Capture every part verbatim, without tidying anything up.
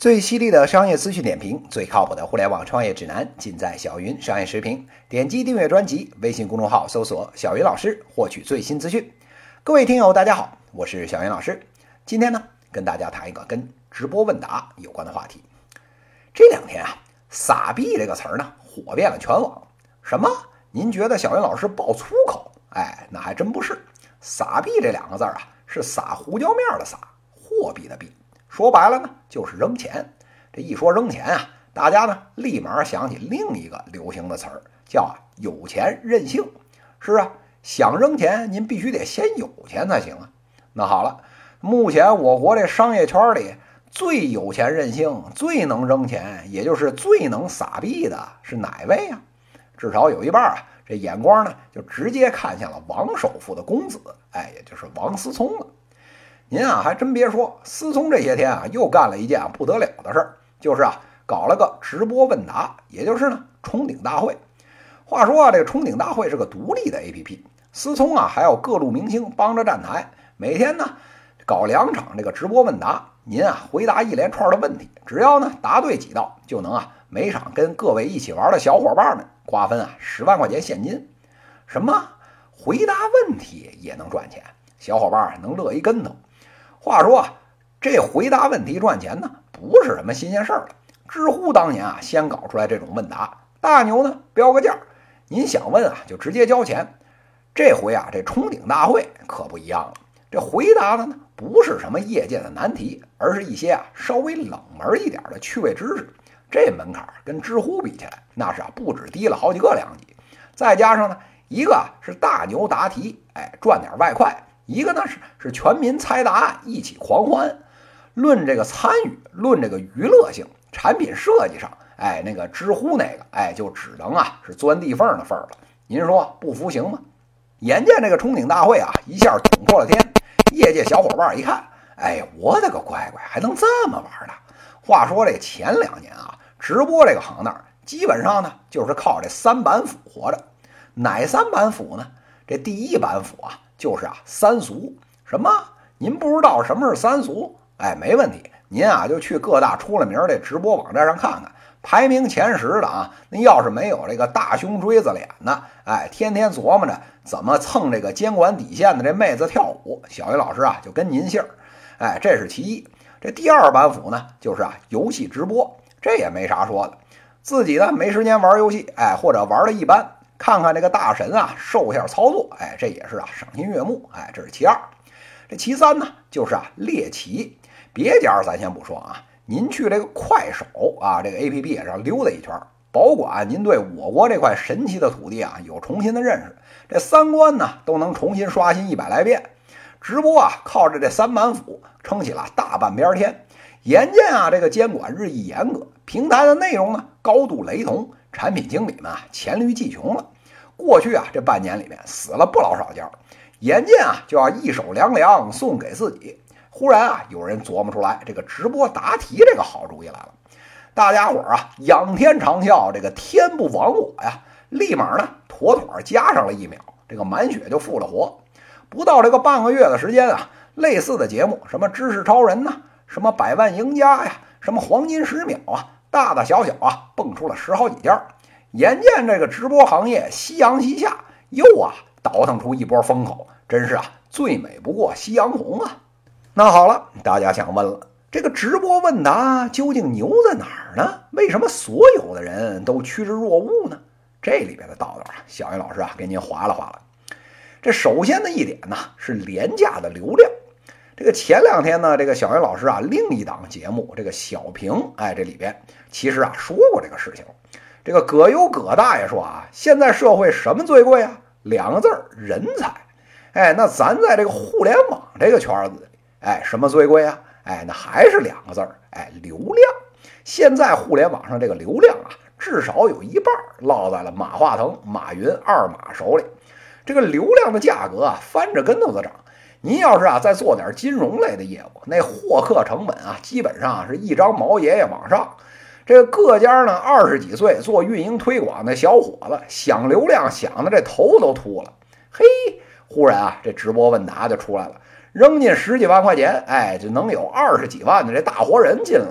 最犀利的商业资讯点评，最靠谱的互联网创业指南，尽在小云商业时评。点击订阅专辑，微信公众号搜索小云老师，获取最新资讯。各位听友大家好，我是小云老师。今天呢，跟大家谈一个跟直播问答有关的话题。这两天啊，撒币这个词儿呢，火遍了全网。什么？您觉得小云老师爆粗口？哎，那还真不是。撒币这两个字啊，是撒胡椒面的撒，货币的币。说白了呢，就是扔钱。这一说扔钱啊，大家呢立马想起另一个流行的词儿，叫啊有钱任性。是啊，想扔钱，您必须得先有钱才行啊。那好了，目前我国这商业圈里最有钱任性、最能扔钱，也就是最能撒币的是哪位啊？至少有一半啊，这眼光呢就直接看向了王首富的公子，哎，也就是王思聪了。您啊还真别说，思聪这些天啊又干了一件啊不得了的事儿，就是啊搞了个直播问答，也就是呢冲顶大会。话说啊，这个冲顶大会是个独立的 A P P， 思聪啊还有各路明星帮着站台，每天呢搞两场这个直播问答，您啊回答一连串的问题，只要呢答对几道，就能啊每场跟各位一起玩的小伙伴们瓜分啊十万块钱现金。什么？回答问题也能赚钱？小伙伴能乐一跟头。话说啊，这回答问题赚钱呢，不是什么新鲜事儿了。知乎当年啊，先搞出来这种问答，大牛呢标个价，您想问啊，就直接交钱。这回啊，这冲顶大会可不一样了，这回答的呢，不是什么业界的难题，而是一些啊稍微冷门一点的趣味知识。这门槛跟知乎比起来，那是啊不止低了好几个两级。再加上呢，一个是大牛答题，哎，赚点外快。一个呢是是全民猜答案，一起狂欢。论这个参与，论这个娱乐性，产品设计上，哎，那个知乎那个，哎，就只能啊是钻地缝的份儿了。您说不服行吗？眼见这个冲顶大会啊，一下顶破了天，业界小伙伴一看，哎，我的个乖乖，还能这么玩呢？话说这前两年啊，直播这个行当基本上呢就是靠这三板斧活着。哪三板斧呢？这第一板斧啊。就是啊，三俗。什么？您不知道什么是三俗？哎，没问题，您啊就去各大出了名的直播网站上看看，排名前十的啊，那要是没有这个大胸锥子脸的，哎，天天琢磨着怎么蹭这个监管底线的这妹子跳舞，小云老师啊就跟您姓儿。哎，这是其一。这第二板斧呢，就是啊游戏直播，这也没啥说的，自己呢没时间玩游戏，哎，或者玩的一般。看看这个大神啊，受一下操作，哎，这也是啊赏心悦目，哎，这是其二。这其三呢，就是啊猎奇。别家咱先不说啊，您去这个快手啊这个 A P P 上溜达一圈，保管您对我国这块神奇的土地啊有重新的认识，这三观呢都能重新刷新一百来遍。直播啊靠着这三板斧撑起了大半边天。眼见啊这个监管日益严格，平台的内容呢高度雷同，产品经理们啊黔驴技穷了。过去啊这半年里面死了不老少家，眼见啊就要一手粮粮送给自己。忽然啊有人琢磨出来这个直播答题这个好主意来了，大家伙啊仰天长啸，这个天不亡我呀，立马呢妥妥加上了一秒，这个满血就复了活。不到这个半个月的时间啊，类似的节目什么知识超人呢，什么百万赢家呀，什么黄金十秒啊，大大小小啊蹦出了十好几家。眼见这个直播行业夕阳西下，又啊倒腾出一波风口，真是啊最美不过夕阳红啊。那好了，大家想问了，这个直播问答究竟牛在哪儿呢？为什么所有的人都趋之若鹜呢？这里边的道道啊，小云老师啊给您划拉划拉。这首先的一点呢是廉价的流量。这个前两天呢，这个小云老师啊另一档节目这个小平，哎，这里边其实啊说过这个事情。这个葛优葛大爷说啊，现在社会什么最贵啊？两个字儿，人才。哎，那咱在这个互联网这个圈子里，哎，什么最贵啊？哎，那还是两个字儿，哎，流量。现在互联网上这个流量啊，至少有一半落在了马化腾、马云二马手里。这个流量的价格啊，翻着跟头的涨。您要是啊再做点金融类的业务，那获客成本啊，基本上是一张毛爷爷往上。这个各家呢，二十几岁做运营推广的小伙子，想流量想的这头都秃了。嘿，忽然啊，这直播问答就出来了，扔进十几万块钱，哎，就能有二十几万的这大活人进来。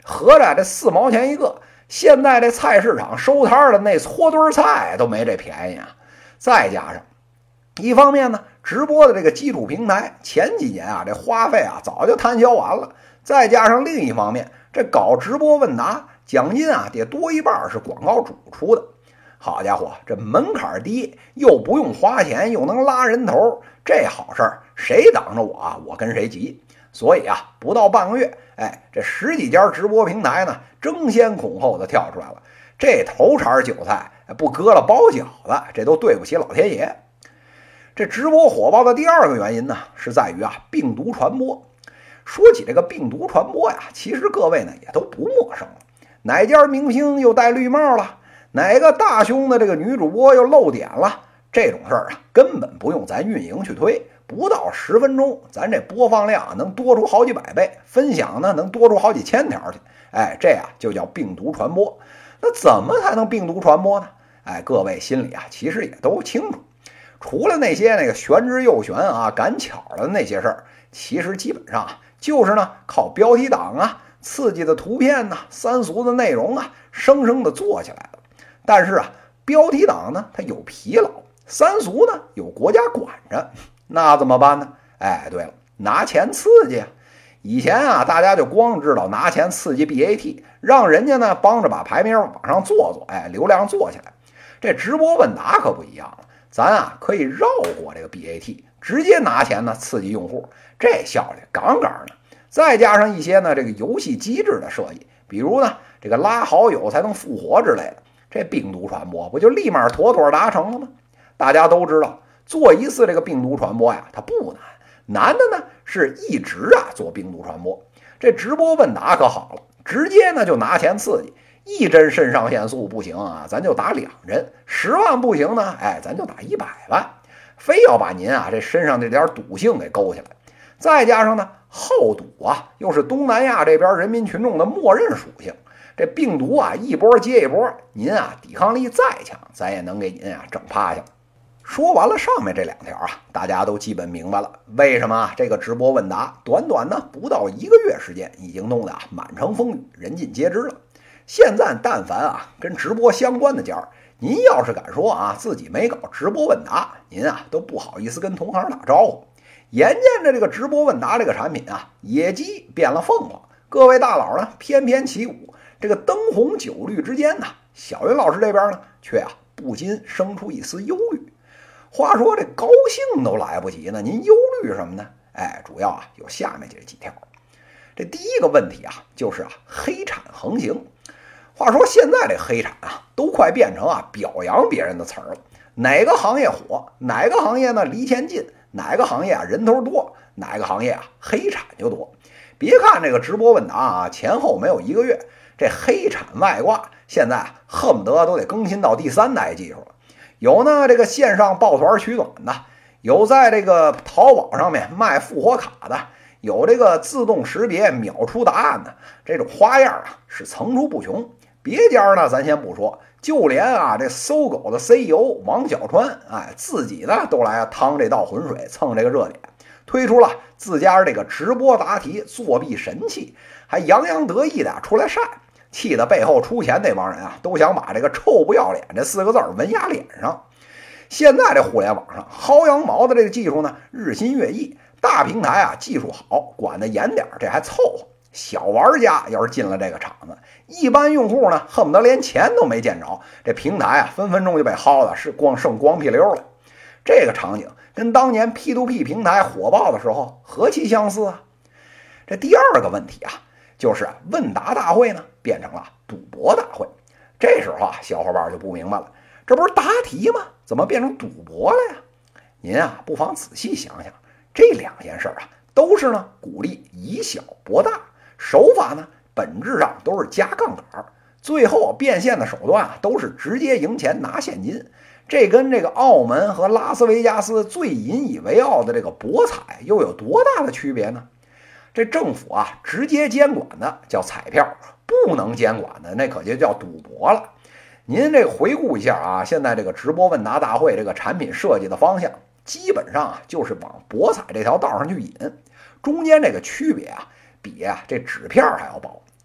合着这四毛钱一个，现在这菜市场收摊的那搓堆菜都没这便宜啊！再加上一方面呢，直播的这个基础平台前几年啊，这花费啊早就摊销完了。再加上另一方面，这搞直播问答奖金啊得多一半是广告主出的。好家伙，这门槛低，又不用花钱，又能拉人头，这好事儿谁挡着我啊，我跟谁急。所以啊，不到半个月，哎，这十几家直播平台呢，争先恐后的跳出来了。这头茬韭菜不割了包饺子，这都对不起老天爷。这直播火爆的第二个原因呢，是在于啊病毒传播。说起这个病毒传播呀，其实各位呢也都不陌生了。哪家明星又戴绿帽了？哪个大胸的这个女主播又露点了？这种事儿啊，根本不用咱运营去推，不到十分钟，咱这播放量能多出好几百倍，分享呢能多出好几千条去。哎，这呀就叫病毒传播。那怎么才能病毒传播呢？哎，各位心里啊其实也都清楚。除了那些那个玄之又玄啊、赶巧的那些事儿，其实基本上啊就是呢靠标题党啊、刺激的图片呐、三俗的内容啊，生生的做起来了。但是啊，标题党呢它有疲劳，三俗呢有国家管着，那怎么办呢？哎，对了，拿钱刺激啊！以前啊，大家就光知道拿钱刺激 B A T， 让人家呢帮着把排名往上做做，哎，流量做起来。这直播问答可不一样了。咱啊可以绕过这个 B A T， 直接拿钱呢刺激用户，这效率杠杠的。再加上一些呢这个游戏机制的设计，比如呢这个拉好友才能复活之类的，这病毒传播不就立马妥妥达成了吗？大家都知道，做一次这个病毒传播呀，它不难，难的呢是一直啊做病毒传播。这直播问答可好了，直接呢就拿钱刺激。一针肾上腺素不行啊，咱就打两针；十万不行呢，哎，咱就打一百万。非要把您啊这身上这点赌性给勾起来，再加上呢好赌啊，又是东南亚这边人民群众的默认属性。这病毒啊一波接一波，您啊抵抗力再强，咱也能给您啊整趴下。说完了上面这两条啊，大家都基本明白了为什么啊这个直播问答短短呢不到一个月时间，已经弄得啊满城风雨，人尽皆知了。现在但凡啊跟直播相关的家，您要是敢说啊自己没搞直播问答，您啊都不好意思跟同行打招呼。眼见着这个直播问答这个产品啊，野鸡变了凤凰，各位大佬呢翩翩起舞，这个灯红酒绿之间呢，小云老师这边呢却啊不禁生出一丝忧虑。话说这高兴都来不及呢，您忧虑什么呢？哎，主要啊有下面这几条。这第一个问题啊，就是啊黑产横行。话说现在这黑产啊，都快变成啊表扬别人的词儿了。哪个行业火，哪个行业呢离钱近，哪个行业啊人头多，哪个行业啊黑产就多。别看这个直播问答啊前后没有一个月，这黑产外挂现在啊恨不得都得更新到第三代技术了。有呢这个线上抱团取暖的，有在这个淘宝上面卖复活卡的，有这个自动识别秒出答案的，这种花样啊是层出不穷。别家呢咱先不说，就连啊这搜狗的 C E O 王小川，哎，自己呢都来趟这道浑水，蹭这个热点，推出了自家这个直播答题作弊神器，还洋洋得意的出来晒，气得背后出钱那帮人啊都想把这个臭不要脸这四个字纹压脸上。现在这互联网上薅羊毛的这个技术呢日新月异，大平台啊技术好，管得严点这还凑合。小玩家要是进了这个场子，一般用户呢恨不得连钱都没见着，这平台啊分分钟就被薅的是光剩光屁溜了。这个场景跟当年 P to P 平台火爆的时候何其相似啊！这第二个问题啊，就是问答大会呢变成了赌博大会。这时候啊，小伙伴就不明白了，这不是答题吗？怎么变成赌博了呀？您啊不妨仔细想想，这两件事啊都是呢鼓励以小博大。手法呢，本质上都是加杠杆，最后变现的手段啊，都是直接赢钱拿现金。这跟这个澳门和拉斯维加斯最引以为傲的这个博彩又有多大的区别呢？这政府啊，直接监管的叫彩票，不能监管的那可就叫赌博了。您这个回顾一下啊，现在这个直播问答大会这个产品设计的方向，基本上啊就是往博彩这条道上去引，中间这个区别啊。比啊这纸片还要薄，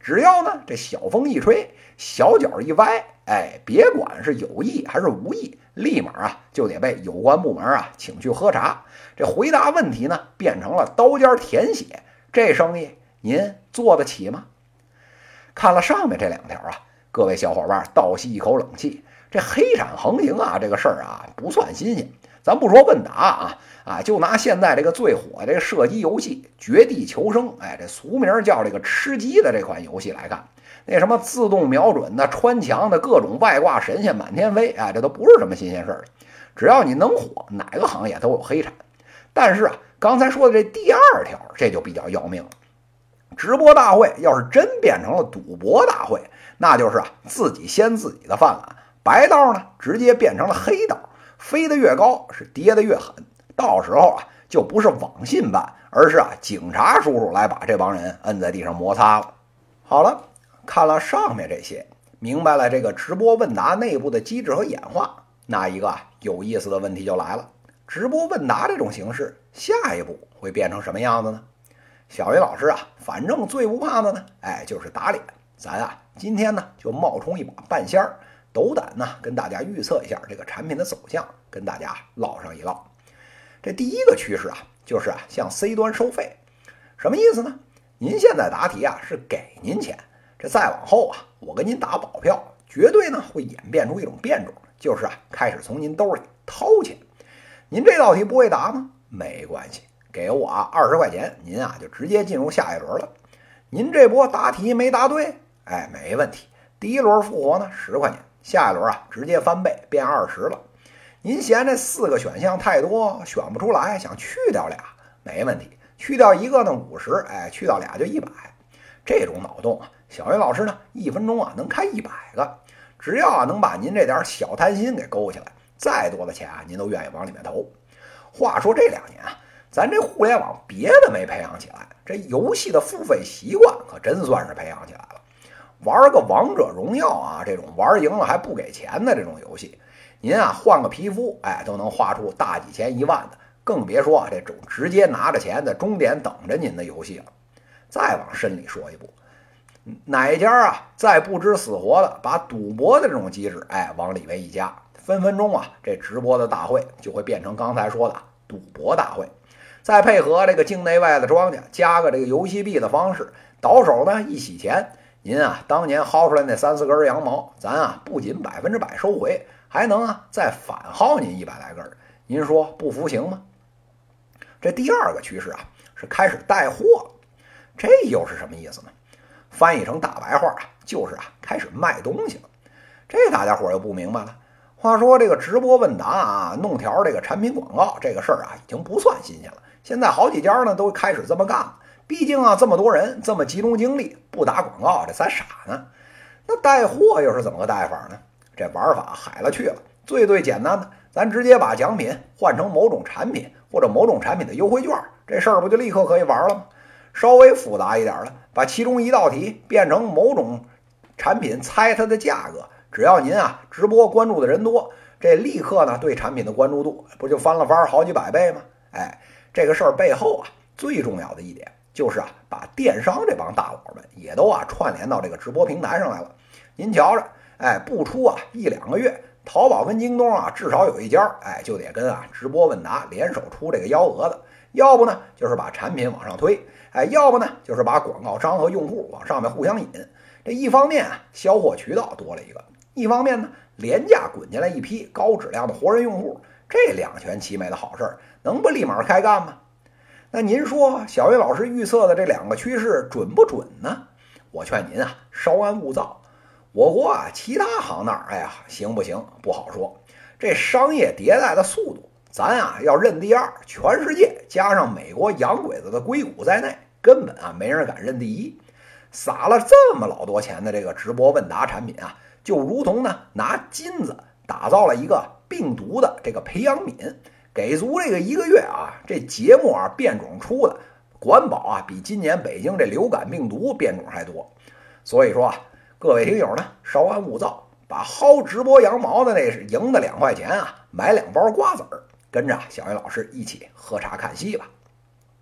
只要呢这小风一吹，小脚一歪，哎，别管是有意还是无意，立马啊就得被有关部门啊请去喝茶。这回答问题呢变成了刀尖舔血，这生意您做得起吗？看了上面这两条啊，各位小伙伴倒吸一口冷气。这黑产横行啊，这个事儿啊不算新鲜。咱不说问答啊啊，就拿现在这个最火这个射击游戏《绝地求生》，哎，这俗名叫这个吃鸡的这款游戏来看，那什么自动瞄准的、穿墙的各种外挂神仙满天飞，哎，这都不是什么新鲜事儿。只要你能火，哪个行业都有黑产。但是啊，刚才说的这第二条，这就比较要命了。直播大会要是真变成了赌博大会，那就是啊自己掀自己的饭碗，白道呢直接变成了黑道，飞得越高是跌得越狠，到时候啊就不是网信办，而是啊警察叔叔来把这帮人摁在地上摩擦了。好了，看了上面这些，明白了这个直播问答内部的机制和演化，那一个啊有意思的问题就来了，直播问答这种形式下一步会变成什么样子呢？小云老师啊，反正最不怕的呢，哎，就是打脸。咱啊，今天呢就冒充一把半仙儿，斗胆呢跟大家预测一下这个产品的走向，跟大家唠上一唠。这第一个趋势啊，就是啊向 C 端收费，什么意思呢？您现在答题啊是给您钱，这再往后啊，我跟您打保票，绝对呢会演变出一种变种，就是啊开始从您兜里掏钱。您这道题不会答吗？没关系。给我啊二十块钱，您啊就直接进入下一轮了。您这波答题没答对，哎，没问题。第一轮复活呢十块钱，下一轮啊直接翻倍变二十了。您嫌这四个选项太多，选不出来，想去掉俩，没问题，去掉一个呢五十，哎，去掉俩就一百。这种脑洞啊，小云老师呢一分钟啊能开一百个，只要啊能把您这点小贪心给勾起来，再多的钱啊您都愿意往里面投。话说这两年啊，咱这互联网别的没培养起来，这游戏的付费习惯可真算是培养起来了。玩个王者荣耀啊，这种玩赢了还不给钱的这种游戏，您啊换个皮肤，哎，都能画出大几千一万的，更别说啊这种直接拿着钱在终点等着您的游戏了。再往深里说一步，哪家啊再不知死活的把赌博的这种机制，哎，往里面一加，分分钟啊这直播的大会就会变成刚才说的赌博大会。再配合这个境内外的庄家，加个这个游戏币的方式，倒手呢一洗钱，您啊当年薅出来那三四根羊毛，咱啊不仅百分之百收回，还能啊再返薅您一百来根，您说不服行吗？这第二个趋势啊是开始带货了，这又是什么意思呢？翻译成大白话啊，就是啊开始卖东西了。这大家伙又不明白了。话说这个直播问答啊，弄条这个产品广告这个事儿啊，已经不算新鲜了。现在好几家呢都开始这么干了。毕竟啊，这么多人这么集中精力，不打广告这才傻呢。那带货又是怎么个带法呢？这玩法海了去了。最最简单的，咱直接把奖品换成某种产品或者某种产品的优惠券，这事儿不就立刻可以玩了吗？稍微复杂一点的，把其中一道题变成某种产品猜它的价格。只要您啊直播关注的人多，这立刻呢对产品的关注度不就翻了番好几百倍吗？哎，这个事儿背后啊最重要的一点就是啊把电商这帮大佬们也都啊串联到这个直播平台上来了。您瞧着，哎，不出啊一两个月，淘宝跟京东啊至少有一家，哎，就得跟啊直播问答联手出这个幺蛾子，要不呢就是把产品往上推，哎，要不呢就是把广告商和用户往上面互相引。这一方面啊销货渠道多了一个，一方面呢廉价滚进来一批高质量的活人用户，这两全其美的好事儿，能不立马开干吗？那您说小云老师预测的这两个趋势准不准呢？我劝您啊稍安勿躁。我国啊其他行那儿，哎呀行不行不好说。这商业迭代的速度，咱啊要认第二，全世界加上美国洋鬼子的硅谷在内，根本啊没人敢认第一。撒了这么老多钱的这个直播问答产品啊，就如同呢拿金子打造了一个病毒的这个培养皿，给足这个一个月啊，这节目啊变种出的，管保啊比今年北京这流感病毒变种还多。所以说啊，各位听友呢稍安勿躁，把薅直播羊毛的那是赢的两块钱啊，买两包瓜子儿，跟着小云老师一起喝茶看戏吧。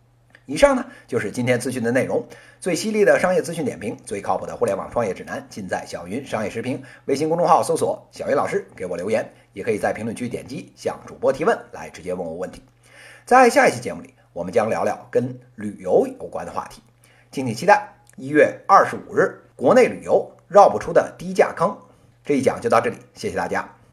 以上呢就是今天资讯的内容，最犀利的商业资讯点评，最靠谱的互联网创业指南，尽在小云商业时评。微信公众号搜索小云老师，给我留言，也可以在评论区点击向主播提问，来直接问我问题。在下一期节目里，我们将聊聊跟旅游有关的话题，敬请期待。一月二十五日，国内旅游绕不出的低价坑，这一讲就到这里，谢谢大家。